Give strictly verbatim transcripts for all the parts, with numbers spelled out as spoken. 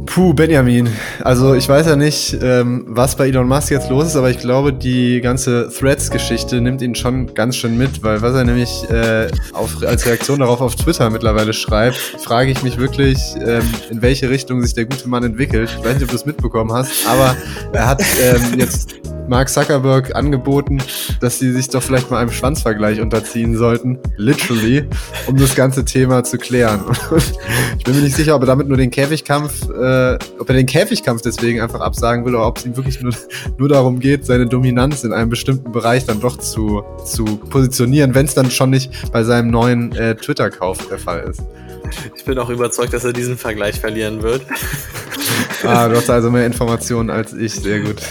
Puh, Benjamin. Also ich weiß ja nicht, ähm, was bei Elon Musk jetzt los ist, aber ich glaube, die ganze Threads-Geschichte nimmt ihn schon ganz schön mit, weil was er nämlich äh, auf, als Reaktion darauf auf Twitter mittlerweile schreibt, frage ich mich wirklich, ähm, in welche Richtung sich der gute Mann entwickelt. Ich weiß nicht, ob du es mitbekommen hast, aber er hat ähm, jetzt Mark Zuckerberg angeboten, dass sie sich doch vielleicht mal einem Schwanzvergleich unterziehen sollten, literally, um das ganze Thema zu klären. Und ich bin mir nicht sicher, ob er damit nur den Käfigkampf, äh, ob er den Käfigkampf deswegen einfach absagen will oder ob es ihm wirklich nur, nur darum geht, seine Dominanz in einem bestimmten Bereich dann doch zu, zu positionieren, wenn es dann schon nicht bei seinem neuen äh, Twitter-Kauf der Fall ist. Ich bin auch überzeugt, dass er diesen Vergleich verlieren wird. Ah, du hast also mehr Informationen als ich, sehr gut.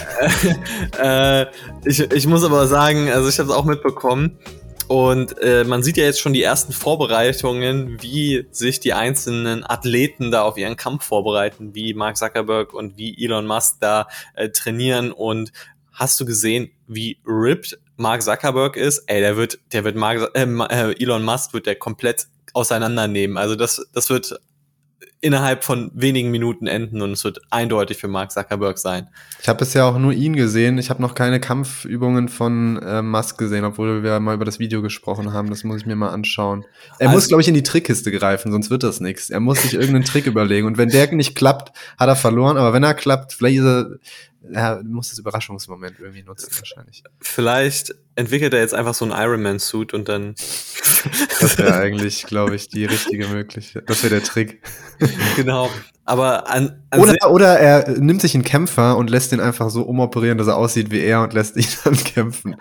äh, ich, ich muss aber sagen, also ich habe es auch mitbekommen und äh, man sieht ja jetzt schon die ersten Vorbereitungen, wie sich die einzelnen Athleten da auf ihren Kampf vorbereiten, wie Mark Zuckerberg und wie Elon Musk da äh, trainieren. Und hast du gesehen, wie ripped Mark Zuckerberg ist? Ey, der wird, der wird Mark, äh, Elon Musk wird der komplett auseinandernehmen. Also das, das wird innerhalb von wenigen Minuten enden und es wird eindeutig für Mark Zuckerberg sein. Ich habe bisher auch nur ihn gesehen. Ich habe noch keine Kampfübungen von äh, Musk gesehen, obwohl wir mal über das Video gesprochen haben. Das muss ich mir mal anschauen. Er also, muss, glaube ich, in die Trickkiste greifen, sonst wird das nichts. Er muss sich irgendeinen Trick überlegen. Und wenn der nicht klappt, hat er verloren. Aber wenn er klappt, vielleicht ist er, er muss das Überraschungsmoment irgendwie nutzen wahrscheinlich. Vielleicht entwickelt er jetzt einfach so einen Ironman-Suit und dann... Das wäre eigentlich, glaube ich, die richtige Möglichkeit. Das wäre der Trick. Genau. Aber an, an oder, oder er nimmt sich einen Kämpfer und lässt ihn einfach so umoperieren, dass er aussieht wie er und lässt ihn dann kämpfen.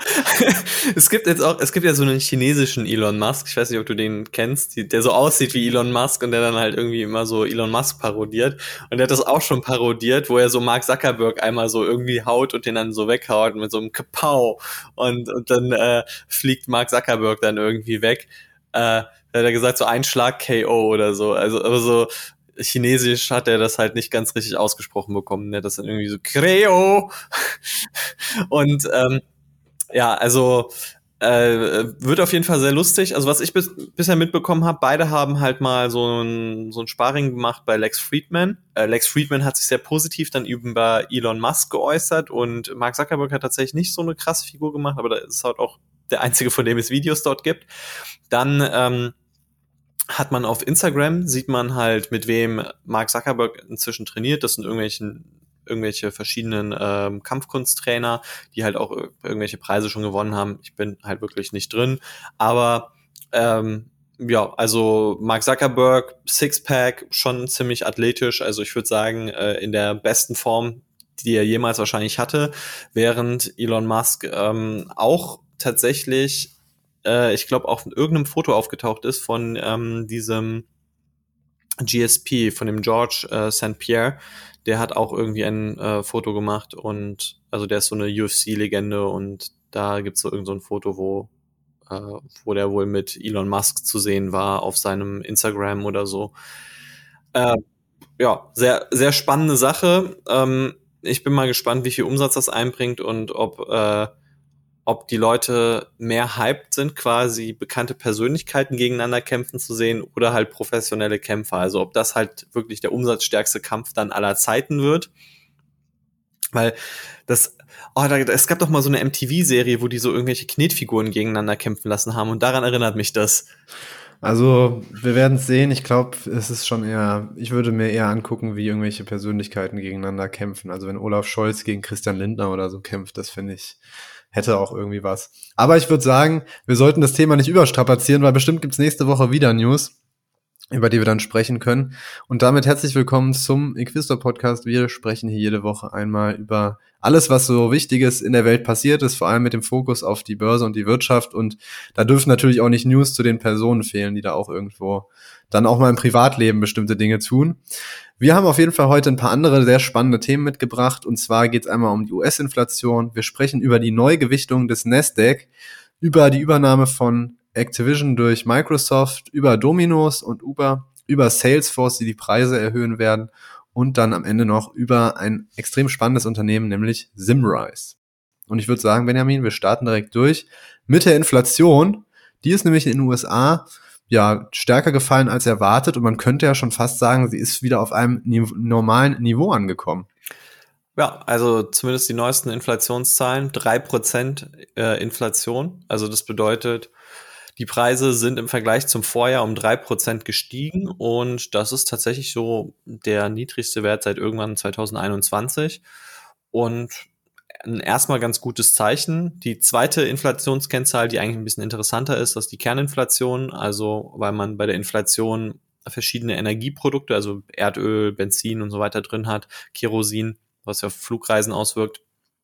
Es gibt jetzt auch, es gibt ja so einen chinesischen Elon Musk, ich weiß nicht, ob du den kennst, die, der so aussieht wie Elon Musk und der dann halt irgendwie immer so Elon Musk parodiert. Und der hat das auch schon parodiert, wo er so Mark Zuckerberg einmal so irgendwie haut und den dann so weghaut mit so einem Kapau. Und, und dann äh, fliegt Mark Zuckerberg dann irgendwie weg. Äh, da hat er gesagt, so ein Schlag K O oder so. Also, aber so Chinesisch hat er das halt nicht ganz richtig ausgesprochen bekommen. Der hat das dann irgendwie so Creo. Und ähm, ja, also äh, wird auf jeden Fall sehr lustig. Also was ich bis, bisher mitbekommen habe, beide haben halt mal so ein, so ein Sparring gemacht bei Lex Fridman. Äh, Lex Fridman hat sich sehr positiv dann über Elon Musk geäußert und Mark Zuckerberg hat tatsächlich nicht so eine krasse Figur gemacht, aber da ist halt auch der einzige, von dem es Videos dort gibt. Dann ähm, hat man auf Instagram, sieht man halt, mit wem Mark Zuckerberg inzwischen trainiert. Das sind irgendwelchen, irgendwelche verschiedenen ähm, Kampfkunsttrainer, die halt auch irgendwelche Preise schon gewonnen haben. Ich bin halt wirklich nicht drin. Aber ähm, ja, also Mark Zuckerberg, Sixpack, schon ziemlich athletisch. Also ich würde sagen, äh, in der besten Form, die er jemals wahrscheinlich hatte. Während Elon Musk ähm, auch tatsächlich ich glaube, auf irgendeinem Foto aufgetaucht ist von ähm, diesem G S P, von dem George äh, Saint Pierre. Der hat auch irgendwie ein äh, Foto gemacht und also der ist so eine U F C-Legende und da gibt's so irgend so ein Foto, wo äh, wo der wohl mit Elon Musk zu sehen war auf seinem Instagram oder so. Äh, ja, sehr sehr spannende Sache. Ähm, ich bin mal gespannt, wie viel Umsatz das einbringt und ob äh, ob die Leute mehr hyped sind, quasi bekannte Persönlichkeiten gegeneinander kämpfen zu sehen oder halt professionelle Kämpfer. Also ob das halt wirklich der umsatzstärkste Kampf dann aller Zeiten wird. Weil das, oh, da, es gab doch mal so eine M T V-Serie, wo die so irgendwelche Knetfiguren gegeneinander kämpfen lassen haben und daran erinnert mich das. Also, wir werden es sehen. Ich glaube, es ist schon eher, ich würde mir eher angucken, wie irgendwelche Persönlichkeiten gegeneinander kämpfen. Also wenn Olaf Scholz gegen Christian Lindner oder so kämpft, das finde ich, hätte auch irgendwie was. Aber ich würde sagen, wir sollten das Thema nicht überstrapazieren, weil bestimmt gibt's nächste Woche wieder News, über die wir dann sprechen können. Und damit herzlich willkommen zum Inquisitor Podcast. Wir sprechen hier jede Woche einmal über alles, was so Wichtiges in der Welt passiert ist, vor allem mit dem Fokus auf die Börse und die Wirtschaft. Und da dürfen natürlich auch nicht News zu den Personen fehlen, die da auch irgendwo dann auch mal im Privatleben bestimmte Dinge tun. Wir haben auf jeden Fall heute ein paar andere sehr spannende Themen mitgebracht. Und zwar geht es einmal um die U S-Inflation. Wir sprechen über die Neugewichtung des Nasdaq, über die Übernahme von Activision durch Microsoft, über Domino's und Uber, über Salesforce, die die Preise erhöhen werden und dann am Ende noch über ein extrem spannendes Unternehmen, nämlich Symrise. Und ich würde sagen, Benjamin, wir starten direkt durch mit der Inflation. Die ist nämlich in den U S A ja stärker gefallen als erwartet und man könnte ja schon fast sagen, sie ist wieder auf einem Nive- normalen Niveau angekommen. Ja, also zumindest die neuesten Inflationszahlen, drei Prozent äh, Inflation. Also das bedeutet, die Preise sind im Vergleich zum Vorjahr um drei Prozent gestiegen und das ist tatsächlich so der niedrigste Wert seit irgendwann zwanzig einundzwanzig und ein erstmal ganz gutes Zeichen. Die zweite Inflationskennzahl, die eigentlich ein bisschen interessanter ist, das ist die Kerninflation, also weil man bei der Inflation verschiedene Energieprodukte, also Erdöl, Benzin und so weiter drin hat, Kerosin, was ja auf Flugreisen auswirkt.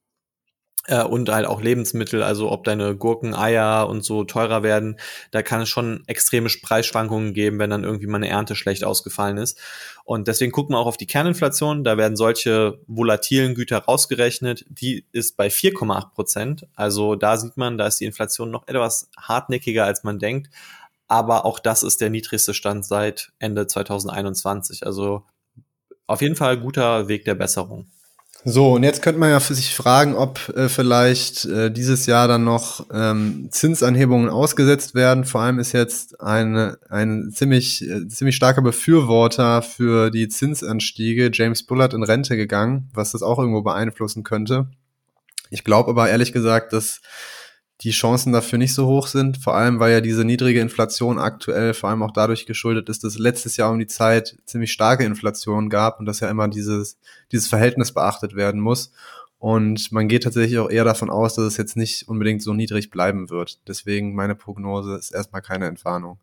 Äh, und halt auch Lebensmittel, also ob deine Gurken, Eier und so teurer werden, da kann es schon extreme Preisschwankungen geben, wenn dann irgendwie mal eine Ernte schlecht ausgefallen ist. Und deswegen gucken wir auch auf die Kerninflation, da werden solche volatilen Güter rausgerechnet, die ist bei vier Komma acht Prozent. Also da sieht man, da ist die Inflation noch etwas hartnäckiger, als man denkt. Aber auch das ist der niedrigste Stand seit Ende zwanzig einundzwanzig. Also auf jeden Fall guter Weg der Besserung. So, und jetzt könnte man ja für sich fragen, ob äh, vielleicht äh, dieses Jahr dann noch ähm, Zinsanhebungen ausgesetzt werden. Vor allem ist jetzt eine, ein ziemlich, äh, ziemlich starker Befürworter für die Zinsanstiege, James Bullard, in Rente gegangen, was das auch irgendwo beeinflussen könnte. Ich glaube aber ehrlich gesagt, dass die Chancen dafür nicht so hoch sind, vor allem weil ja diese niedrige Inflation aktuell vor allem auch dadurch geschuldet ist, dass es letztes Jahr um die Zeit ziemlich starke Inflation gab und dass ja immer dieses, dieses Verhältnis beachtet werden muss. Und man geht tatsächlich auch eher davon aus, dass es jetzt nicht unbedingt so niedrig bleiben wird. Deswegen meine Prognose ist erstmal keine Entwarnung.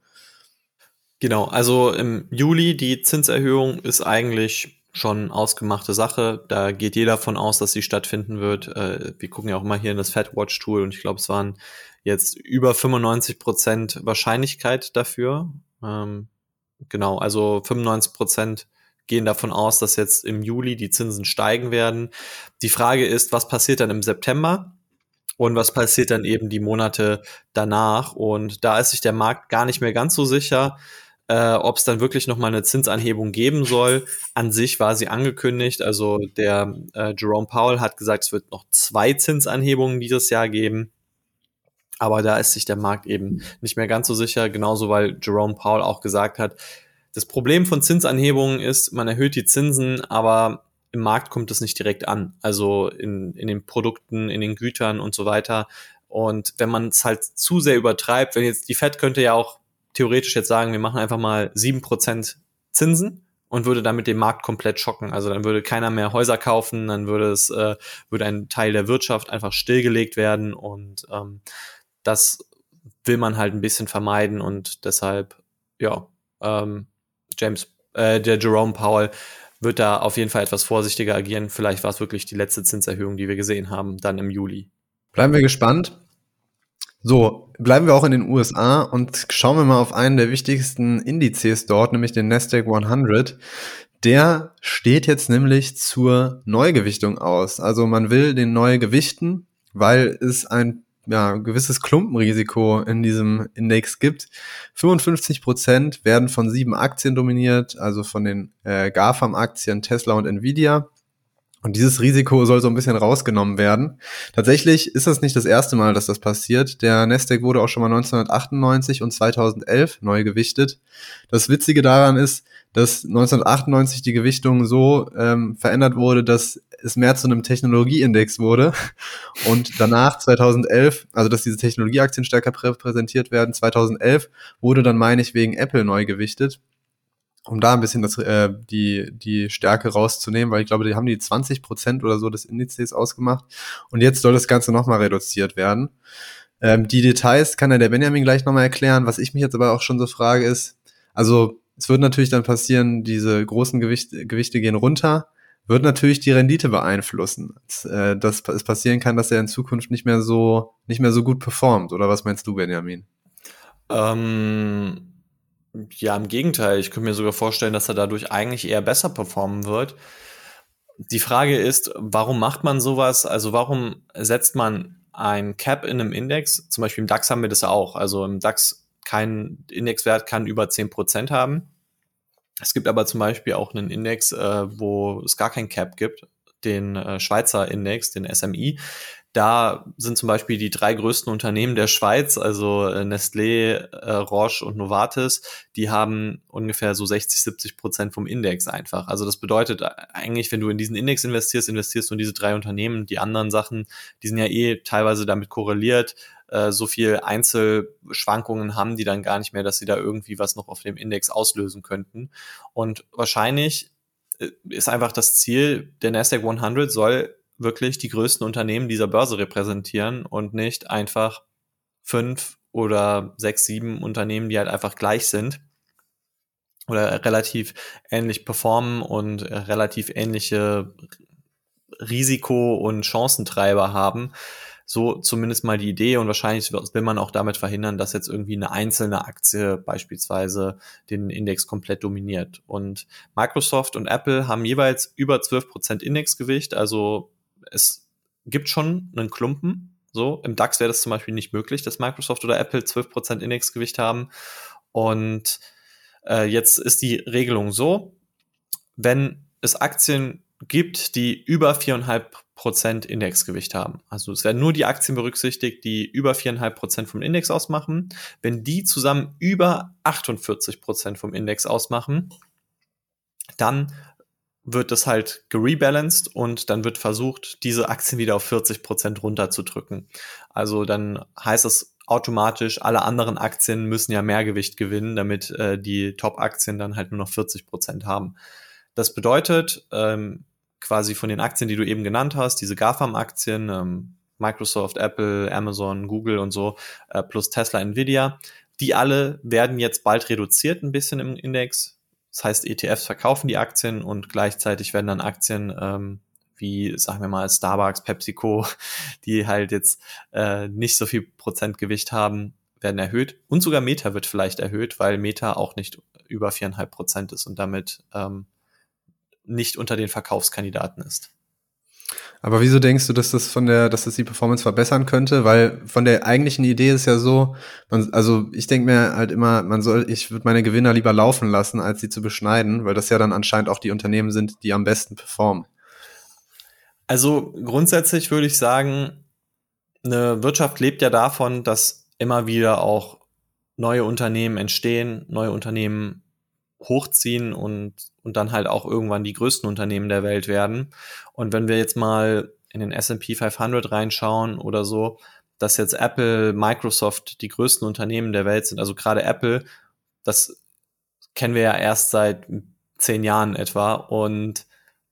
Genau, also im Juli die Zinserhöhung ist eigentlich schon ausgemachte Sache. Da geht jeder von aus, dass sie stattfinden wird. Äh, wir gucken ja auch mal hier in das FedWatch-Tool und ich glaube, es waren jetzt über fünfundneunzig Prozent Wahrscheinlichkeit dafür. Ähm, genau, also fünfundneunzig Prozent gehen davon aus, dass jetzt im Juli die Zinsen steigen werden. Die Frage ist, was passiert dann im September? Und was passiert dann eben die Monate danach? Und da ist sich der Markt gar nicht mehr ganz so sicher, äh, ob es dann wirklich nochmal eine Zinsanhebung geben soll. An sich war sie angekündigt. Also der äh, Jerome Powell hat gesagt, es wird noch zwei Zinsanhebungen dieses Jahr geben. Aber da ist sich der Markt eben nicht mehr ganz so sicher. Genauso, weil Jerome Powell auch gesagt hat, das Problem von Zinsanhebungen ist, man erhöht die Zinsen, aber im Markt kommt es nicht direkt an. Also in, in den Produkten, in den Gütern und so weiter. Und wenn man es halt zu sehr übertreibt, wenn jetzt die Fed könnte ja auch theoretisch jetzt sagen, wir machen einfach mal sieben Prozent Zinsen und würde damit den Markt komplett schocken. Also dann würde keiner mehr Häuser kaufen, dann würde es, äh, würde ein Teil der Wirtschaft einfach stillgelegt werden und ähm, das will man halt ein bisschen vermeiden und deshalb, ja, ähm, James, äh, der Jerome Powell wird da auf jeden Fall etwas vorsichtiger agieren. Vielleicht war es wirklich die letzte Zinserhöhung, die wir gesehen haben, dann im Juli. Bleiben wir gespannt. So, bleiben wir auch in den U S A und schauen wir mal auf einen der wichtigsten Indizes dort, nämlich den Nasdaq hundert. Der steht jetzt nämlich zur Neugewichtung aus. Also man will den neu gewichten, weil es ein ja, gewisses Klumpenrisiko in diesem Index gibt. fünfundfünfzig Prozent werden von sieben Aktien dominiert, also von den äh, GAFAM-Aktien Tesla und Nvidia. Und dieses Risiko soll so ein bisschen rausgenommen werden. Tatsächlich ist das nicht das erste Mal, dass das passiert. Der Nasdaq wurde auch schon mal neunzehnhundertachtundneunzig und zweitausendelf neu gewichtet. Das Witzige daran ist, dass neunzehnhundertachtundneunzig die Gewichtung so ähm, verändert wurde, dass es mehr zu einem Technologieindex wurde. Und danach zweitausendelf, also dass diese Technologieaktien stärker repräsentiert werden, zweitausendelf wurde dann, meine ich, wegen Apple neu gewichtet, um da ein bisschen das, äh, die, die Stärke rauszunehmen, weil ich glaube, die haben die zwanzig Prozent oder so des Indizes ausgemacht. Und jetzt soll das Ganze nochmal reduziert werden. Ähm, die Details kann ja der Benjamin gleich nochmal erklären. Was ich mich jetzt aber auch schon so frage ist, also es wird natürlich dann passieren, diese großen Gewichte, Gewichte gehen runter, wird natürlich die Rendite beeinflussen. Dass, äh, dass es passieren kann, dass er in Zukunft nicht mehr so, nicht mehr so gut performt. Oder was meinst du, Benjamin? Ähm, ja, im Gegenteil. Ich könnte mir sogar vorstellen, dass er dadurch eigentlich eher besser performen wird. Die Frage ist, warum macht man sowas? Also warum setzt man ein Cap in einem Index? Zum Beispiel im DAX haben wir das ja auch. Also im DAX kein Indexwert kann über zehn Prozent haben. Es gibt aber zum Beispiel auch einen Index, äh, wo es gar kein Cap gibt, den äh, Schweizer Index, den S M I. Da sind zum Beispiel die drei größten Unternehmen der Schweiz, also Nestlé, äh, Roche und Novartis, die haben ungefähr so sechzig, siebzig Prozent vom Index einfach. Also das bedeutet eigentlich, wenn du in diesen Index investierst, investierst du in diese drei Unternehmen. Die anderen Sachen, die sind ja eh teilweise damit korreliert. Äh, so viel Einzelschwankungen haben die dann gar nicht mehr, dass sie da irgendwie was noch auf dem Index auslösen könnten. Und wahrscheinlich ist einfach das Ziel, der Nasdaq hundert soll wirklich die größten Unternehmen dieser Börse repräsentieren und nicht einfach fünf oder sechs, sieben Unternehmen, die halt einfach gleich sind oder relativ ähnlich performen und relativ ähnliche Risiko- und Chancentreiber haben. So zumindest mal die Idee, und wahrscheinlich will man auch damit verhindern, dass jetzt irgendwie eine einzelne Aktie beispielsweise den Index komplett dominiert. Und Microsoft und Apple haben jeweils über zwölf Prozent Indexgewicht, also es gibt schon einen Klumpen. So, im DAX wäre das zum Beispiel nicht möglich, dass Microsoft oder Apple zwölf Prozent Indexgewicht haben. Und äh, jetzt ist die Regelung so, wenn es Aktien gibt, die über vier Komma fünf Prozent Indexgewicht haben. Also es werden nur die Aktien berücksichtigt, die über vier Komma fünf Prozent vom Index ausmachen. Wenn die zusammen über achtundvierzig Prozent vom Index ausmachen, dann wird das halt gerebalanced und dann wird versucht, diese Aktien wieder auf vierzig Prozent runterzudrücken. Also dann heißt es automatisch, alle anderen Aktien müssen ja mehr Gewicht gewinnen, damit äh, die Top-Aktien dann halt nur noch vierzig Prozent haben. Das bedeutet, ähm, quasi von den Aktien, die du eben genannt hast, diese GAFAM-Aktien, ähm, Microsoft, Apple, Amazon, Google und so, äh, plus Tesla, Nvidia, die alle werden jetzt bald reduziert ein bisschen im Index. Das heißt, E T Fs verkaufen die Aktien und gleichzeitig werden dann Aktien ähm, wie, sagen wir mal, Starbucks, PepsiCo, die halt jetzt äh, nicht so viel Prozentgewicht haben, werden erhöht. Und sogar Meta wird vielleicht erhöht, weil Meta auch nicht über vier Komma fünf Prozent ist und damit ähm, nicht unter den Verkaufskandidaten ist. Aber wieso denkst du, dass das von der, dass das die Performance verbessern könnte? Weil von der eigentlichen Idee ist ja so, man, also ich denke mir halt immer, man soll, ich würde meine Gewinner lieber laufen lassen, als sie zu beschneiden, weil das ja dann anscheinend auch die Unternehmen sind, die am besten performen. Also grundsätzlich würde ich sagen, eine Wirtschaft lebt ja davon, dass immer wieder auch neue Unternehmen entstehen, neue Unternehmen hochziehen und, und dann halt auch irgendwann die größten Unternehmen der Welt werden. Und wenn wir jetzt mal in den S and P fünfhundert reinschauen oder so, dass jetzt Apple, Microsoft die größten Unternehmen der Welt sind, also gerade Apple, das kennen wir ja erst seit zehn Jahren etwa, und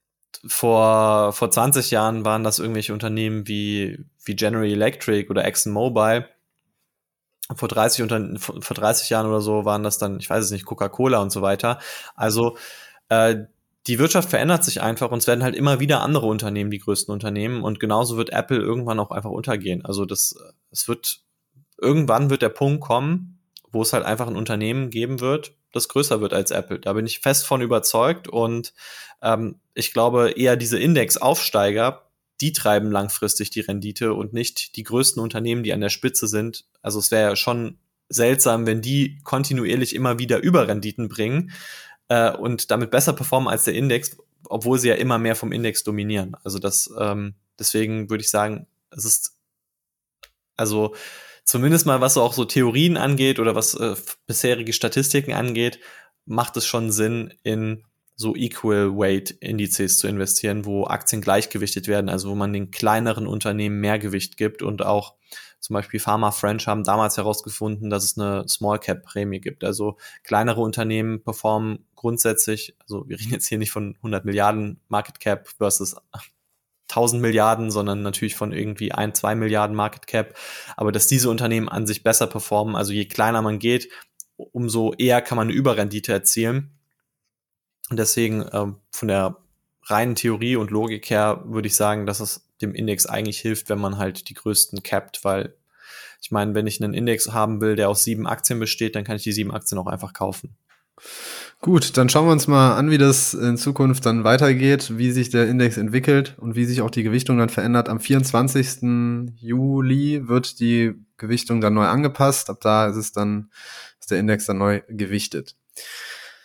vor, vor zwanzig Jahren waren das irgendwelche Unternehmen wie, wie General Electric oder ExxonMobil. Vor dreißig, unter, vor dreißig Jahren oder so waren das dann, ich weiß es nicht, Coca-Cola und so weiter. Also äh, die Wirtschaft verändert sich einfach und es werden halt immer wieder andere Unternehmen die größten Unternehmen, und genauso wird Apple irgendwann auch einfach untergehen. Also das, es wird, irgendwann wird der Punkt kommen, wo es halt einfach ein Unternehmen geben wird, das größer wird als Apple. Da bin ich fest von überzeugt, und ähm, ich glaube eher diese Index-Aufsteiger, die treiben langfristig die Rendite und nicht die größten Unternehmen, die an der Spitze sind. Also es wäre ja schon seltsam, wenn die kontinuierlich immer wieder Überrenditen bringen äh, und damit besser performen als der Index, obwohl sie ja immer mehr vom Index dominieren. Also das, ähm, deswegen würde ich sagen, es ist also zumindest mal, was so auch so Theorien angeht oder was äh, bisherige Statistiken angeht, macht es schon Sinn, in so Equal Weight Indizes zu investieren, wo Aktien gleichgewichtet werden, also wo man den kleineren Unternehmen mehr Gewicht gibt. Und auch zum Beispiel Pharma French haben damals herausgefunden, dass es eine Small Cap Prämie gibt. Also kleinere Unternehmen performen grundsätzlich, also wir reden jetzt hier nicht von hundert Milliarden Market Cap versus tausend Milliarden, sondern natürlich von irgendwie ein, zwei Milliarden Market Cap. Aber dass diese Unternehmen an sich besser performen, also je kleiner man geht, umso eher kann man eine Überrendite erzielen. Und deswegen ähm, von der reinen Theorie und Logik her würde ich sagen, dass es dem Index eigentlich hilft, wenn man halt die größten capped, weil ich meine, wenn ich einen Index haben will, der aus sieben Aktien besteht, dann kann ich die sieben Aktien auch einfach kaufen. Gut, dann schauen wir uns mal an, wie das in Zukunft dann weitergeht, wie sich der Index entwickelt und wie sich auch die Gewichtung dann verändert. Am vierundzwanzigsten Juli wird die Gewichtung dann neu angepasst. Ab da ist es dann, ist der Index dann neu gewichtet.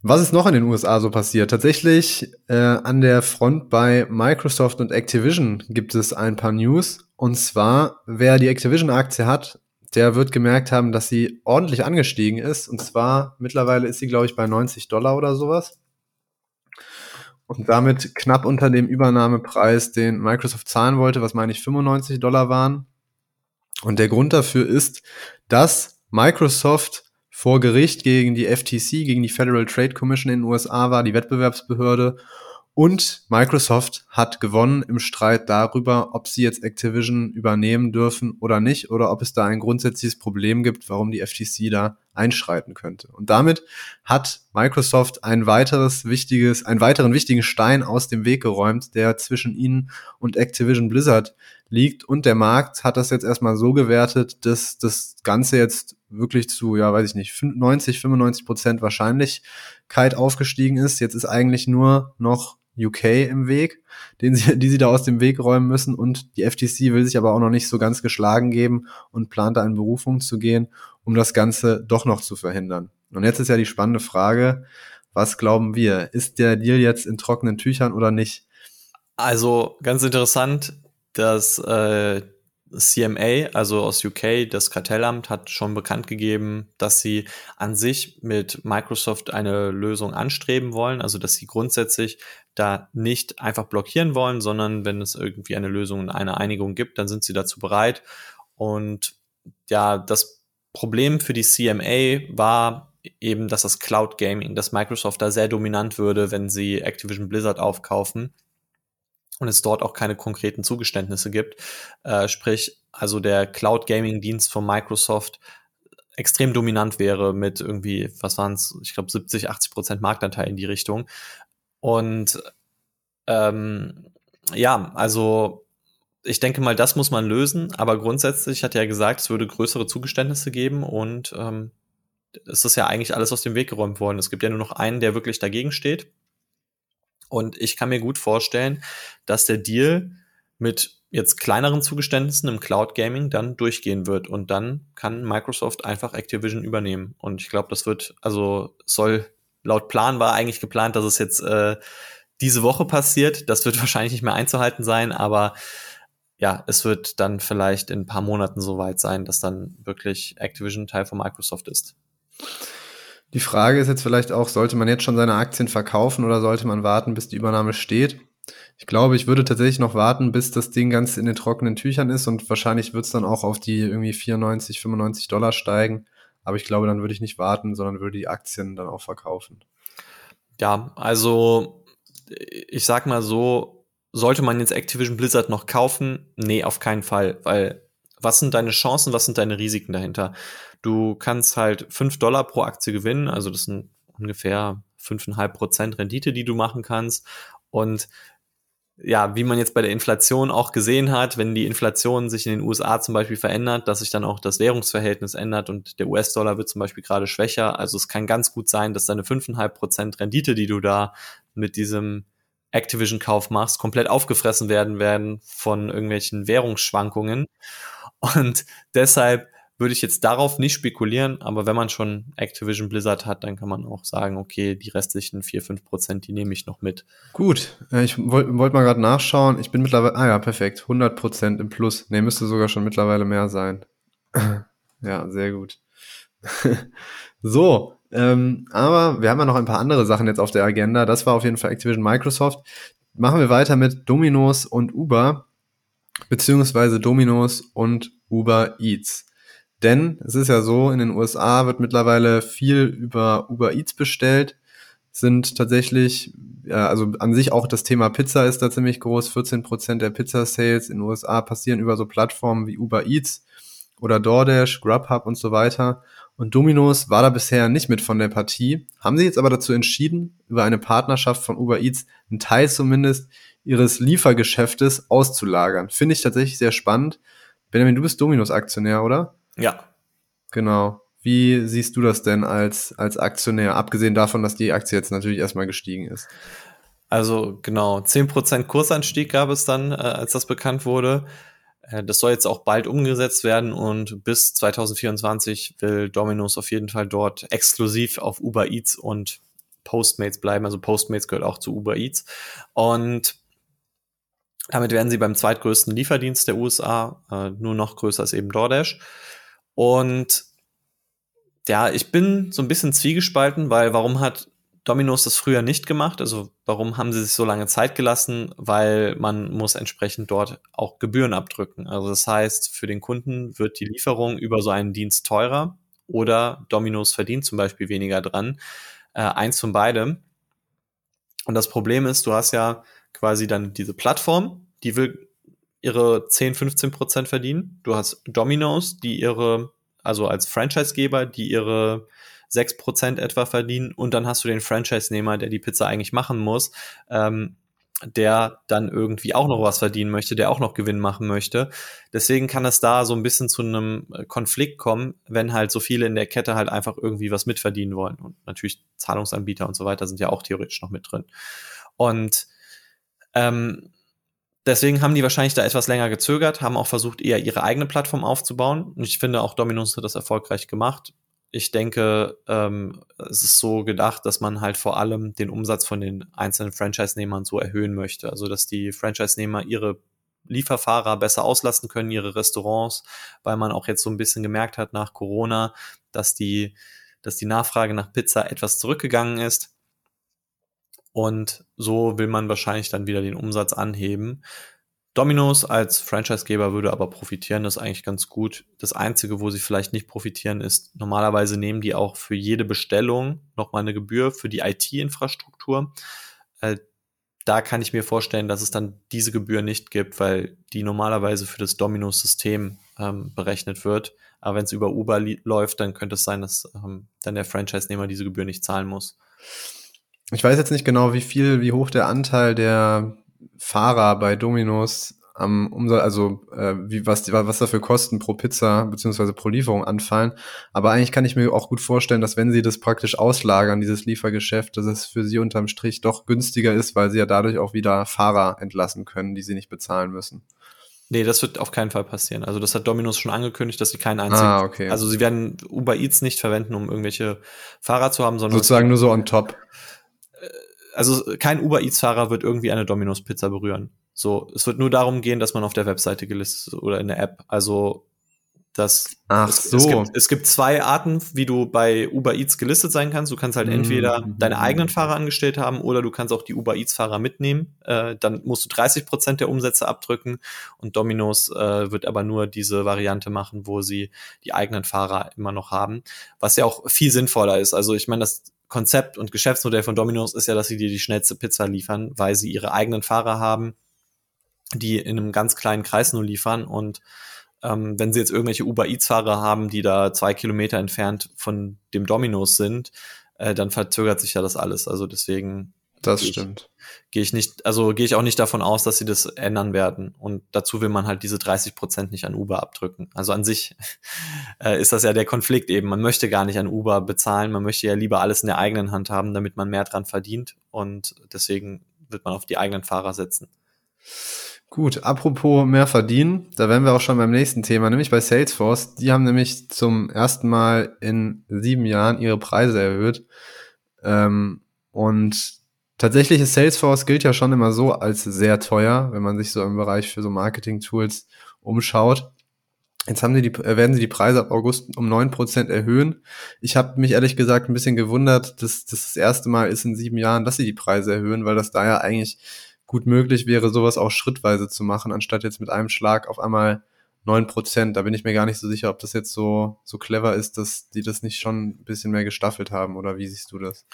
Was ist noch in den U S A so passiert? Tatsächlich äh, an der Front bei Microsoft und Activision gibt es ein paar News. Und zwar, wer die Activision-Aktie hat, der wird gemerkt haben, dass sie ordentlich angestiegen ist. Und zwar, mittlerweile ist sie, glaube ich, bei neunzig Dollar oder sowas. Und damit knapp unter dem Übernahmepreis, den Microsoft zahlen wollte, was meine ich fünfundneunzig Dollar waren. Und der Grund dafür ist, dass Microsoft vor Gericht gegen die F T C, gegen die Federal Trade Commission in den U S A war, die Wettbewerbsbehörde. Und Microsoft hat gewonnen im Streit darüber, ob sie jetzt Activision übernehmen dürfen oder nicht, oder ob es da ein grundsätzliches Problem gibt, warum die F T C da einschreiten könnte. Und damit hat Microsoft ein weiteres wichtiges, einen weiteren wichtigen Stein aus dem Weg geräumt, der zwischen ihnen und Activision Blizzard liegt. Und der Markt hat das jetzt erstmal so gewertet, dass das Ganze jetzt wirklich zu, ja, weiß ich nicht, neunzig, fünfundneunzig Prozent Wahrscheinlichkeit aufgestiegen ist. Jetzt ist eigentlich nur noch U K im Weg, den sie, die sie da aus dem Weg räumen müssen, und die F T C will sich aber auch noch nicht so ganz geschlagen geben und plant da in Berufung zu gehen, um das Ganze doch noch zu verhindern. Und jetzt ist ja die spannende Frage, was glauben wir? Ist der Deal jetzt in trockenen Tüchern oder nicht? Also ganz interessant, dass äh, C M A, also aus U K, das Kartellamt, hat schon bekannt gegeben, dass sie an sich mit Microsoft eine Lösung anstreben wollen, also dass sie grundsätzlich da nicht einfach blockieren wollen, sondern wenn es irgendwie eine Lösung und eine Einigung gibt, dann sind sie dazu bereit. Und ja, das Problem für die C M A war eben, dass das Cloud Gaming, dass Microsoft da sehr dominant würde, wenn sie Activision Blizzard aufkaufen und es dort auch keine konkreten Zugeständnisse gibt. Äh, sprich, also der Cloud Gaming Dienst von Microsoft extrem dominant wäre mit irgendwie, was waren es, ich glaube siebzig, achtzig Prozent Marktanteil in die Richtung. Und ähm, ja, also ich denke mal, das muss man lösen, aber grundsätzlich hat er ja gesagt, es würde größere Zugeständnisse geben und ähm, es ist ja eigentlich alles aus dem Weg geräumt worden. Es gibt ja nur noch einen, der wirklich dagegen steht. Und ich kann mir gut vorstellen, dass der Deal mit jetzt kleineren Zugeständnissen im Cloud Gaming dann durchgehen wird. Und dann kann Microsoft einfach Activision übernehmen. Und ich glaube, das wird, also soll, laut Plan war eigentlich geplant, dass es jetzt äh, diese Woche passiert. Das wird wahrscheinlich nicht mehr einzuhalten sein, aber ja, es wird dann vielleicht in ein paar Monaten so weit sein, dass dann wirklich Activision Teil von Microsoft ist. Die Frage ist jetzt vielleicht auch, sollte man jetzt schon seine Aktien verkaufen oder sollte man warten, bis die Übernahme steht? Ich glaube, ich würde tatsächlich noch warten, bis das Ding ganz in den trockenen Tüchern ist, und wahrscheinlich wird es dann auch auf die irgendwie vierundneunzig, fünfundneunzig Dollar steigen. Aber ich glaube, dann würde ich nicht warten, sondern würde die Aktien dann auch verkaufen. Ja, also ich sag mal so, sollte man jetzt Activision Blizzard noch kaufen? Nee, auf keinen Fall, weil was sind deine Chancen, was sind deine Risiken dahinter? Du kannst halt fünf Dollar pro Aktie gewinnen, also das sind ungefähr fünf Komma fünf Prozent Rendite, die du machen kannst. Und ja, wie man jetzt bei der Inflation auch gesehen hat, wenn die Inflation sich in den U S A zum Beispiel verändert, dass sich dann auch das Währungsverhältnis ändert und der U S-Dollar wird zum Beispiel gerade schwächer. Also es kann ganz gut sein, dass deine fünf Komma fünf Prozent Rendite, die du da mit diesem Activision-Kauf machst, komplett aufgefressen werden werden von irgendwelchen Währungsschwankungen. Und deshalb würde ich jetzt darauf nicht spekulieren, aber wenn man schon Activision Blizzard hat, dann kann man auch sagen, okay, die restlichen vier, fünf Prozent, die nehme ich noch mit. Gut, äh, ich wollte wollt mal gerade nachschauen. Ich bin mittlerweile, ah ja, perfekt, hundert Prozent im Plus. Ne, müsste sogar schon mittlerweile mehr sein. Ja, sehr gut. So, ähm, aber wir haben ja noch ein paar andere Sachen jetzt auf der Agenda. Das war auf jeden Fall Activision Microsoft. Machen wir weiter mit Domino's und Uber, beziehungsweise Domino's und Uber Eats. Denn es ist ja so, in den U S A wird mittlerweile viel über Uber Eats bestellt, sind tatsächlich, ja, also an sich auch das Thema Pizza ist da ziemlich groß. vierzehn Prozent der Pizza-Sales in den U S A passieren über so Plattformen wie Uber Eats oder DoorDash, Grubhub und so weiter. Und Domino's war da bisher nicht mit von der Partie, haben sie jetzt aber dazu entschieden, über eine Partnerschaft von Uber Eats einen Teil zumindest ihres Liefergeschäftes auszulagern. Finde ich tatsächlich sehr spannend. Benjamin, du bist Domino's-Aktionär, oder? Ja. Genau. Wie siehst du das denn als, als Aktionär, abgesehen davon, dass die Aktie jetzt natürlich erstmal gestiegen ist? Also genau, zehn Prozent Kursanstieg gab es dann, äh, als das bekannt wurde. Äh, das soll jetzt auch bald umgesetzt werden und bis zwanzig vierundzwanzig will Domino's auf jeden Fall dort exklusiv auf Uber Eats und Postmates bleiben. Also Postmates gehört auch zu Uber Eats. Und damit werden sie beim zweitgrößten Lieferdienst der U S A, äh, nur noch größer ist eben DoorDash. Und ja, ich bin so ein bisschen zwiegespalten, weil warum hat Domino's das früher nicht gemacht? Also warum haben sie sich so lange Zeit gelassen? Weil man muss entsprechend dort auch Gebühren abdrücken. Also das heißt, für den Kunden wird die Lieferung über so einen Dienst teurer oder Domino's verdient zum Beispiel weniger dran. Äh, eins von beidem. Und das Problem ist, du hast ja quasi dann diese Plattform, die will ihre zehn, fünfzehn Prozent verdienen. Du hast Domino's, die ihre, also als Franchisegeber, die ihre sechs Prozent etwa verdienen. Und dann hast du den Franchise-Nehmer, der die Pizza eigentlich machen muss, ähm, der dann irgendwie auch noch was verdienen möchte, der auch noch Gewinn machen möchte. Deswegen kann es da so ein bisschen zu einem Konflikt kommen, wenn halt so viele in der Kette halt einfach irgendwie was mitverdienen wollen. Und natürlich Zahlungsanbieter und so weiter sind ja auch theoretisch noch mit drin. Und ähm, deswegen haben die wahrscheinlich da etwas länger gezögert, haben auch versucht, eher ihre eigene Plattform aufzubauen. Und ich finde, auch Domino's hat das erfolgreich gemacht. Ich denke, ähm, es ist so gedacht, dass man halt vor allem den Umsatz von den einzelnen Franchise-Nehmern so erhöhen möchte. Also, dass die Franchise-Nehmer ihre Lieferfahrer besser auslasten können, ihre Restaurants, weil man auch jetzt so ein bisschen gemerkt hat nach Corona, dass die, dass die Nachfrage nach Pizza etwas zurückgegangen ist. Und so will man wahrscheinlich dann wieder den Umsatz anheben. Domino's als Franchisegeber würde aber profitieren, das ist eigentlich ganz gut. Das Einzige, wo sie vielleicht nicht profitieren, ist, normalerweise nehmen die auch für jede Bestellung nochmal eine Gebühr für die I T-Infrastruktur. Äh, da kann ich mir vorstellen, dass es dann diese Gebühr nicht gibt, weil die normalerweise für das Domino's-System ähm, berechnet wird. Aber wenn es über Uber li- läuft, dann könnte es sein, dass ähm, dann der Franchise-Nehmer diese Gebühr nicht zahlen muss. Ich weiß jetzt nicht genau, wie viel, wie hoch der Anteil der Fahrer bei Domino's am Umsatz, also äh, wie was die, was da für Kosten pro Pizza beziehungsweise pro Lieferung anfallen. Aber eigentlich kann ich mir auch gut vorstellen, dass wenn sie das praktisch auslagern, dieses Liefergeschäft, dass es für sie unterm Strich doch günstiger ist, weil sie ja dadurch auch wieder Fahrer entlassen können, die sie nicht bezahlen müssen. Nee, das wird auf keinen Fall passieren. Also das hat Domino's schon angekündigt, dass sie keinen einzigen, Ah, okay. also sie werden Uber Eats nicht verwenden, um irgendwelche Fahrer zu haben, sondern Sozusagen nur so on top. also kein Uber Eats Fahrer wird irgendwie eine Domino's Pizza berühren. So, es wird nur darum gehen, dass man auf der Webseite gelistet oder in der App. Also das Ach es, so. es, gibt, es gibt zwei Arten, wie du bei Uber Eats gelistet sein kannst. Du kannst halt Mhm. entweder deine eigenen Fahrer angestellt haben oder du kannst auch die Uber Eats Fahrer mitnehmen. Äh, dann musst du dreißig Prozent der Umsätze abdrücken und Domino's äh, wird aber nur diese Variante machen, wo sie die eigenen Fahrer immer noch haben, was ja auch viel sinnvoller ist. Also ich meine, das Konzept und Geschäftsmodell von Domino's ist ja, dass sie dir die schnellste Pizza liefern, weil sie ihre eigenen Fahrer haben, die in einem ganz kleinen Kreis nur liefern. Und ähm, wenn sie jetzt irgendwelche Uber Eats Fahrer haben, die da zwei Kilometer entfernt von dem Domino's sind, äh, dann verzögert sich ja das alles. Also deswegen Das gehe ich, stimmt. gehe ich nicht, also gehe ich auch nicht davon aus, dass sie das ändern werden. Und dazu will man halt diese dreißig Prozent nicht an Uber abdrücken. Also an sich äh, ist das ja der Konflikt eben. Man möchte gar nicht an Uber bezahlen, man möchte ja lieber alles in der eigenen Hand haben, damit man mehr dran verdient. Und deswegen wird man auf die eigenen Fahrer setzen. Gut, apropos mehr verdienen, da wären wir auch schon beim nächsten Thema, nämlich bei Salesforce. Die haben nämlich zum ersten Mal in sieben Jahren ihre Preise erhöht. Ähm, und tatsächlich ist Salesforce gilt ja schon immer so als sehr teuer, wenn man sich so im Bereich für so Marketing-Tools umschaut. Jetzt haben sie die, werden sie die Preise ab August um neun Prozent erhöhen. Ich habe mich ehrlich gesagt ein bisschen gewundert, dass das das erste Mal ist in sieben Jahren, dass sie die Preise erhöhen, weil das da ja eigentlich gut möglich wäre, sowas auch schrittweise zu machen, anstatt jetzt mit einem Schlag auf einmal neun Prozent. Da bin ich mir gar nicht so sicher, ob das jetzt so, so clever ist, dass die das nicht schon ein bisschen mehr gestaffelt haben, oder wie siehst du das?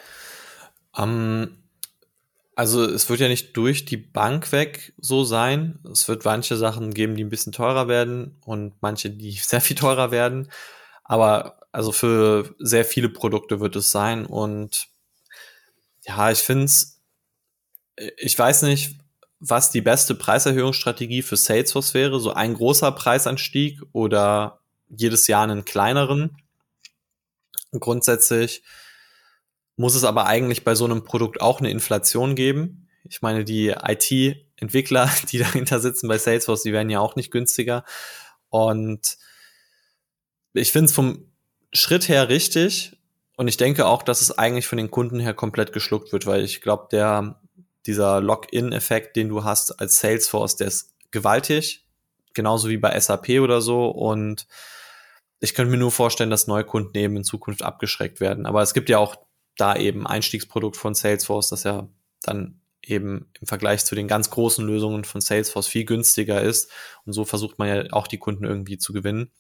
Um, also es wird ja nicht durch die Bank weg so sein. Es wird manche Sachen geben, die ein bisschen teurer werden und manche, die sehr viel teurer werden. Aber also für sehr viele Produkte wird es sein. Und ja, ich finde es, ich weiß nicht, was die beste Preiserhöhungsstrategie für Salesforce wäre. So ein großer Preisanstieg oder jedes Jahr einen kleineren. Grundsätzlich muss es aber eigentlich bei so einem Produkt auch eine Inflation geben. Ich meine, die I T-Entwickler, die dahinter sitzen bei Salesforce, die werden ja auch nicht günstiger. Und ich finde es vom Schritt her richtig. Und ich denke auch, dass es eigentlich von den Kunden her komplett geschluckt wird, weil ich glaube, der dieser Login-Effekt, den du hast als Salesforce, der ist gewaltig, genauso wie bei S A P oder so. Und ich könnte mir nur vorstellen, dass Neukunden eben in Zukunft abgeschreckt werden. Aber es gibt ja auch da eben Einstiegsprodukt von Salesforce, das ja dann eben im Vergleich zu den ganz großen Lösungen von Salesforce viel günstiger ist. Und so versucht man ja auch die Kunden irgendwie zu gewinnen.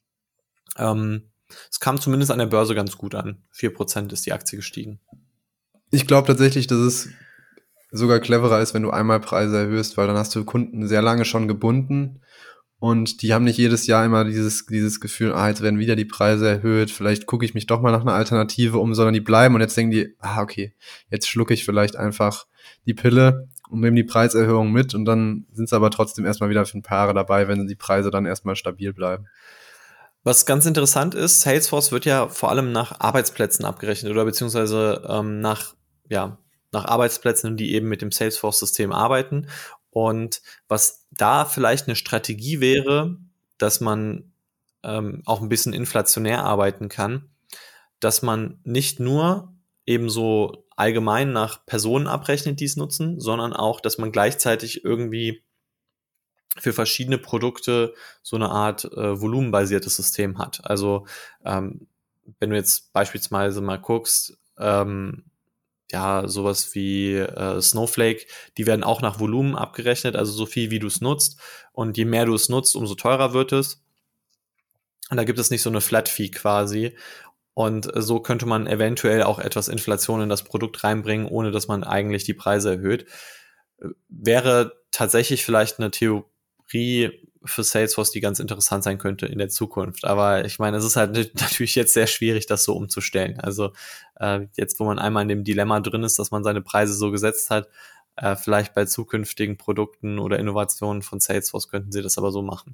Ähm, es kam zumindest an der Börse ganz gut an. vier Prozent ist die Aktie gestiegen. Ich glaube tatsächlich, dass es sogar cleverer ist, wenn du einmal Preise erhöhst, weil dann hast du Kunden sehr lange schon gebunden und die haben nicht jedes Jahr immer dieses, dieses Gefühl, ah, jetzt werden wieder die Preise erhöht, vielleicht gucke ich mich doch mal nach einer Alternative um, sondern die bleiben und jetzt denken die, ah, okay, jetzt schlucke ich vielleicht einfach die Pille und nehme die Preiserhöhung mit und dann sind sie aber trotzdem erstmal wieder für ein paar Jahre dabei, wenn die Preise dann erstmal stabil bleiben. Was ganz interessant ist, Salesforce wird ja vor allem nach Arbeitsplätzen abgerechnet oder beziehungsweise ähm, nach, ja, nach Arbeitsplätzen, die eben mit dem Salesforce-System arbeiten. Und was da vielleicht eine Strategie wäre, dass man ähm, auch ein bisschen inflationär arbeiten kann, dass man nicht nur eben so allgemein nach Personen abrechnet, die es nutzen, sondern auch, dass man gleichzeitig irgendwie für verschiedene Produkte so eine Art äh, volumenbasiertes System hat. Also ähm, wenn du jetzt beispielsweise mal guckst, ähm, ja, sowas wie äh, Snowflake, die werden auch nach Volumen abgerechnet, also so viel, wie du es nutzt. Und je mehr du es nutzt, umso teurer wird es. Und da gibt es nicht so eine Flat-Fee quasi. Und äh, so könnte man eventuell auch etwas Inflation in das Produkt reinbringen, ohne dass man eigentlich die Preise erhöht. Äh, wäre tatsächlich vielleicht eine Theorie für Salesforce, die ganz interessant sein könnte in der Zukunft. Aber ich meine, es ist halt natürlich jetzt sehr schwierig, das so umzustellen. Also äh, jetzt, wo man einmal in dem Dilemma drin ist, dass man seine Preise so gesetzt hat, äh, vielleicht bei zukünftigen Produkten oder Innovationen von Salesforce könnten sie das aber so machen.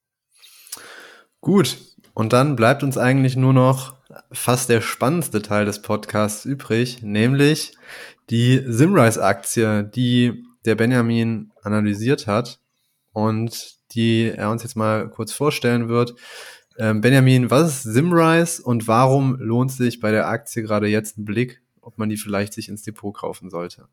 Gut, und dann bleibt uns eigentlich nur noch fast der spannendste Teil des Podcasts übrig, nämlich die Symrise-Aktie, die der Benjamin analysiert hat und die er uns jetzt mal kurz vorstellen wird. Ähm, Benjamin, was ist Symrise und warum lohnt sich bei der Aktie gerade jetzt ein Blick, ob man die vielleicht sich ins Depot kaufen sollte?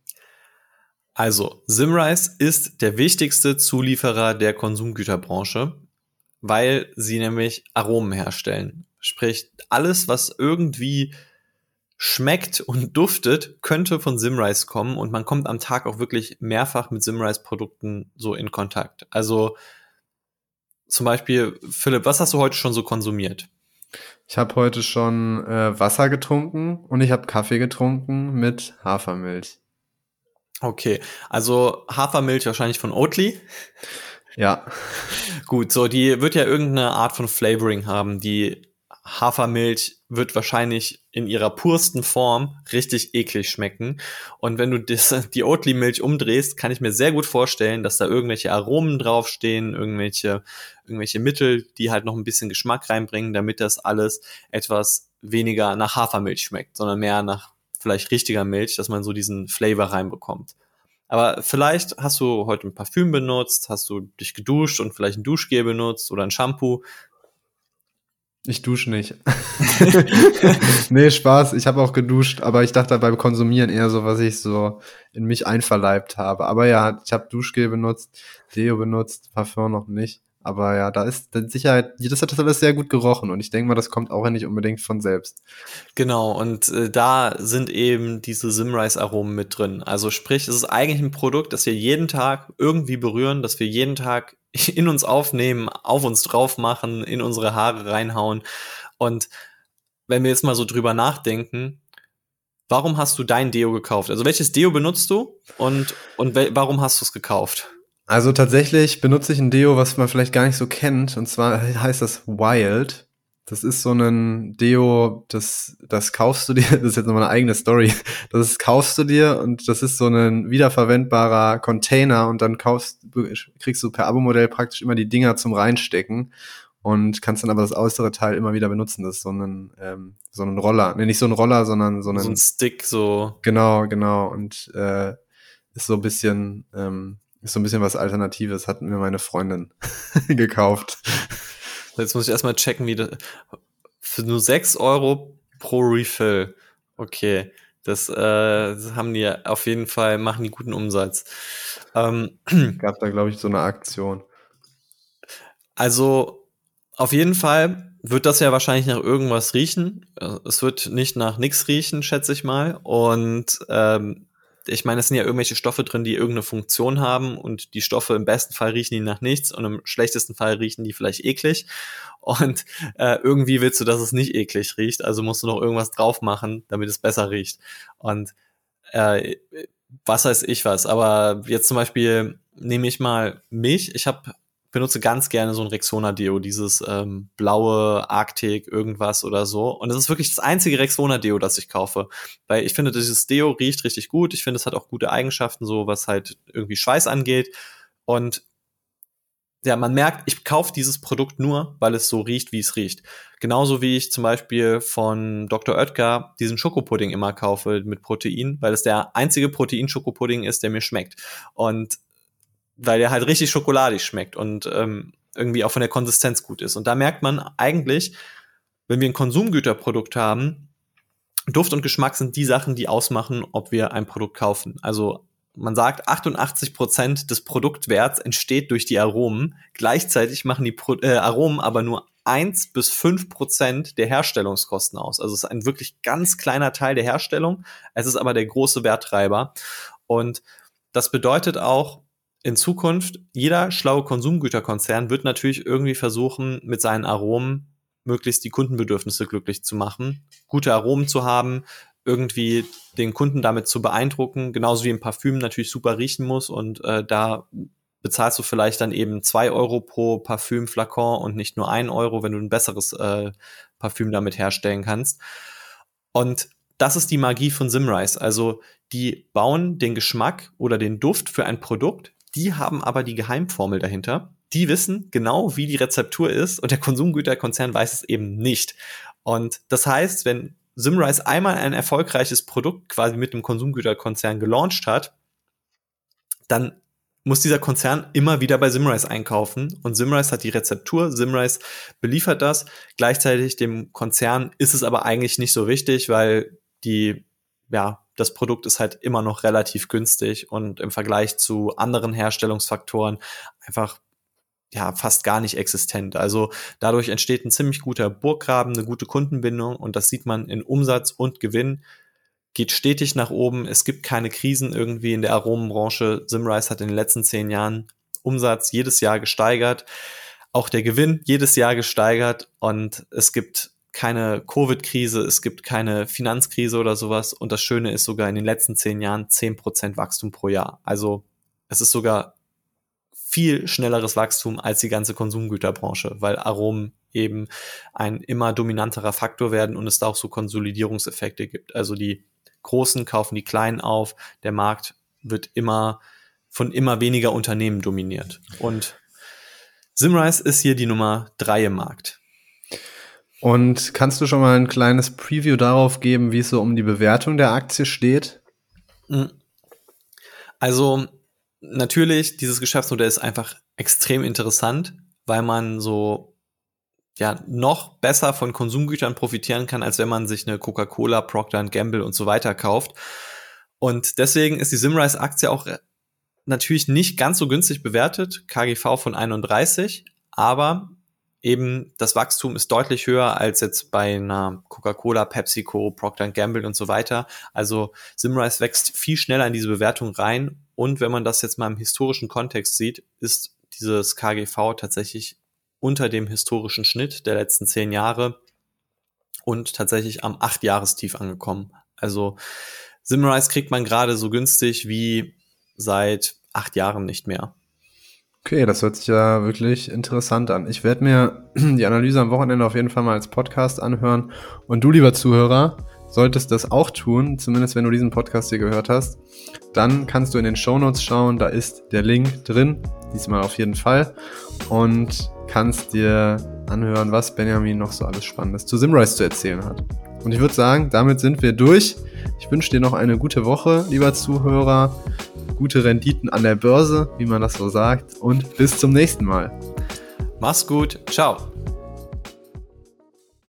Also, Symrise ist der wichtigste Zulieferer der Konsumgüterbranche, weil sie nämlich Aromen herstellen. Sprich, alles, was irgendwie schmeckt und duftet, könnte von Symrise kommen und man kommt am Tag auch wirklich mehrfach mit Symrise-Produkten so in Kontakt. Also zum Beispiel, Philipp, was hast du heute schon so konsumiert? Ich habe heute schon äh, Wasser getrunken und ich habe Kaffee getrunken mit Hafermilch. Okay, also Hafermilch wahrscheinlich von Oatly. Ja. Gut, so die wird ja irgendeine Art von Flavoring haben. Die Hafermilch wird wahrscheinlich in ihrer pursten Form richtig eklig schmecken. Und wenn du das, die Oatly-Milch umdrehst, kann ich mir sehr gut vorstellen, dass da irgendwelche Aromen draufstehen, irgendwelche, irgendwelche Mittel, die halt noch ein bisschen Geschmack reinbringen, damit das alles etwas weniger nach Hafermilch schmeckt, sondern mehr nach vielleicht richtiger Milch, dass man so diesen Flavor reinbekommt. Aber vielleicht hast du heute ein Parfüm benutzt, hast du dich geduscht und vielleicht ein Duschgel benutzt oder ein Shampoo. Ich dusche nicht. Nee, Spaß. Ich habe auch geduscht, aber ich dachte beim Konsumieren eher so, was ich so in mich einverleibt habe. Aber ja, ich habe Duschgel benutzt, Deo benutzt, Parfüm noch nicht. Aber ja, da ist mit Sicherheit, das hat das alles sehr gut gerochen und ich denke mal, das kommt auch nicht unbedingt von selbst. Genau, und äh, da sind eben diese Symrise-Aromen mit drin. Also sprich, es ist eigentlich ein Produkt, das wir jeden Tag irgendwie berühren, das wir jeden Tag in uns aufnehmen, auf uns drauf machen, in unsere Haare reinhauen. Und wenn wir jetzt mal so drüber nachdenken, warum hast du dein Deo gekauft? Also welches Deo benutzt du und, und wel- warum hast du es gekauft? Also tatsächlich benutze ich ein Deo, was man vielleicht gar nicht so kennt, und zwar heißt das Wild. Das ist so ein Deo, das, das kaufst du dir, das ist jetzt nochmal eine eigene Story, das kaufst du dir und das ist so ein wiederverwendbarer Container und dann kaufst, kriegst du per Abo-Modell praktisch immer die Dinger zum Reinstecken und kannst dann aber das äußere Teil immer wieder benutzen. Das ist so ein, ähm, so ein Roller, nee, nicht so ein Roller, sondern so ein, So ein Stick, so. genau, genau, und äh, ist so ein bisschen, ähm, ist so ein bisschen was Alternatives, hat mir meine Freundin gekauft. Jetzt muss ich erstmal checken, wie das. Für nur sechs Euro pro Refill. Okay, das, äh, das haben die auf jeden Fall, machen die guten Umsatz. Ähm, Gab da, glaube ich, so eine Aktion. Also auf jeden Fall wird das ja wahrscheinlich nach irgendwas riechen. Es wird nicht nach nichts riechen, schätze ich mal. Und ähm, ich meine, es sind ja irgendwelche Stoffe drin, die irgendeine Funktion haben. Und die Stoffe im besten Fall riechen die nach nichts und im schlechtesten Fall riechen die vielleicht eklig. Und äh, irgendwie willst du, dass es nicht eklig riecht. Also musst du noch irgendwas drauf machen, damit es besser riecht. Und äh, was weiß ich was. Aber jetzt zum Beispiel nehme ich mal Milch. Ich habe benutze ganz gerne so ein Rexona-Deo, dieses ähm, blaue Arctic irgendwas oder so. Und das ist wirklich das einzige Rexona-Deo, das ich kaufe. Weil ich finde, dieses Deo riecht richtig gut. Ich finde, es hat auch gute Eigenschaften, so was halt irgendwie Schweiß angeht. Und ja, man merkt, ich kaufe dieses Produkt nur, weil es so riecht, wie es riecht. Genauso wie ich zum Beispiel von Doktor Oetker diesen Schokopudding immer kaufe mit Protein, weil es der einzige Protein-Schokopudding ist, der mir schmeckt. Und weil der halt richtig schokoladig schmeckt und ähm, irgendwie auch von der Konsistenz gut ist. Und da merkt man eigentlich, wenn wir ein Konsumgüterprodukt haben, Duft und Geschmack sind die Sachen, die ausmachen, ob wir ein Produkt kaufen. Also man sagt, achtundachtzig Prozent des Produktwerts entsteht durch die Aromen. Gleichzeitig machen die Pro- äh, Aromen aber nur eins bis fünf Prozent der Herstellungskosten aus. Also es ist ein wirklich ganz kleiner Teil der Herstellung. Es ist aber der große Werttreiber. Und das bedeutet auch, in Zukunft, jeder schlaue Konsumgüterkonzern wird natürlich irgendwie versuchen, mit seinen Aromen möglichst die Kundenbedürfnisse glücklich zu machen, gute Aromen zu haben, irgendwie den Kunden damit zu beeindrucken, genauso wie ein Parfüm natürlich super riechen muss und äh, da bezahlst du vielleicht dann eben zwei Euro pro Parfümflakon und nicht nur ein Euro, wenn du ein besseres äh, Parfüm damit herstellen kannst. Und das ist die Magie von Symrise. Also die bauen den Geschmack oder den Duft für ein Produkt. Die haben aber die Geheimformel dahinter. Die wissen genau, wie die Rezeptur ist und der Konsumgüterkonzern weiß es eben nicht. Und das heißt, wenn Symrise einmal ein erfolgreiches Produkt quasi mit dem Konsumgüterkonzern gelauncht hat, dann muss dieser Konzern immer wieder bei Symrise einkaufen und Symrise hat die Rezeptur, Symrise beliefert das. Gleichzeitig dem Konzern ist es aber eigentlich nicht so wichtig, weil die ja, das Produkt ist halt immer noch relativ günstig und im Vergleich zu anderen Herstellungsfaktoren einfach ja fast gar nicht existent. Also dadurch entsteht ein ziemlich guter Burggraben, eine gute Kundenbindung und das sieht man in Umsatz und Gewinn. Geht stetig nach oben. Es gibt keine Krisen irgendwie in der Aromenbranche. Symrise hat in den letzten zehn Jahren Umsatz jedes Jahr gesteigert. Auch der Gewinn jedes Jahr gesteigert und es gibt keine Covid-Krise, es gibt keine Finanzkrise oder sowas. Und das Schöne ist sogar in den letzten zehn Jahren zehn Prozent Wachstum pro Jahr. Also es ist sogar viel schnelleres Wachstum als die ganze Konsumgüterbranche, weil Aromen eben ein immer dominanterer Faktor werden und es da auch so Konsolidierungseffekte gibt. Also die Großen kaufen die Kleinen auf, der Markt wird immer von immer weniger Unternehmen dominiert. Und Symrise ist hier die Nummer drei im Markt. Und kannst du schon mal ein kleines Preview darauf geben, wie es so um die Bewertung der Aktie steht? Also natürlich, dieses Geschäftsmodell ist einfach extrem interessant, weil man so ja noch besser von Konsumgütern profitieren kann, als wenn man sich eine Coca-Cola, Procter and Gamble und so weiter kauft. Und deswegen ist die Symrise-Aktie auch natürlich nicht ganz so günstig bewertet, K G V von einunddreißig, aber eben das Wachstum ist deutlich höher als jetzt bei einer Coca-Cola, PepsiCo, Procter and Gamble und so weiter. Also Symrise wächst viel schneller in diese Bewertung rein. Und wenn man das jetzt mal im historischen Kontext sieht, ist dieses K G V tatsächlich unter dem historischen Schnitt der letzten zehn Jahre und tatsächlich am acht-Jahrestief angekommen. Also Symrise kriegt man gerade so günstig wie seit acht Jahren nicht mehr. Okay, das hört sich ja wirklich interessant an. Ich werde mir die Analyse am Wochenende auf jeden Fall mal als Podcast anhören. Und du, lieber Zuhörer, solltest das auch tun, zumindest wenn du diesen Podcast hier gehört hast. Dann kannst du in den Shownotes schauen, da ist der Link drin, diesmal auf jeden Fall. Und kannst dir anhören, was Benjamin noch so alles Spannendes zu Symrise zu erzählen hat. Und ich würde sagen, damit sind wir durch. Ich wünsche dir noch eine gute Woche, lieber Zuhörer. Gute Renditen an der Börse, wie man das so sagt. Und bis zum nächsten Mal. Mach's gut. Ciao.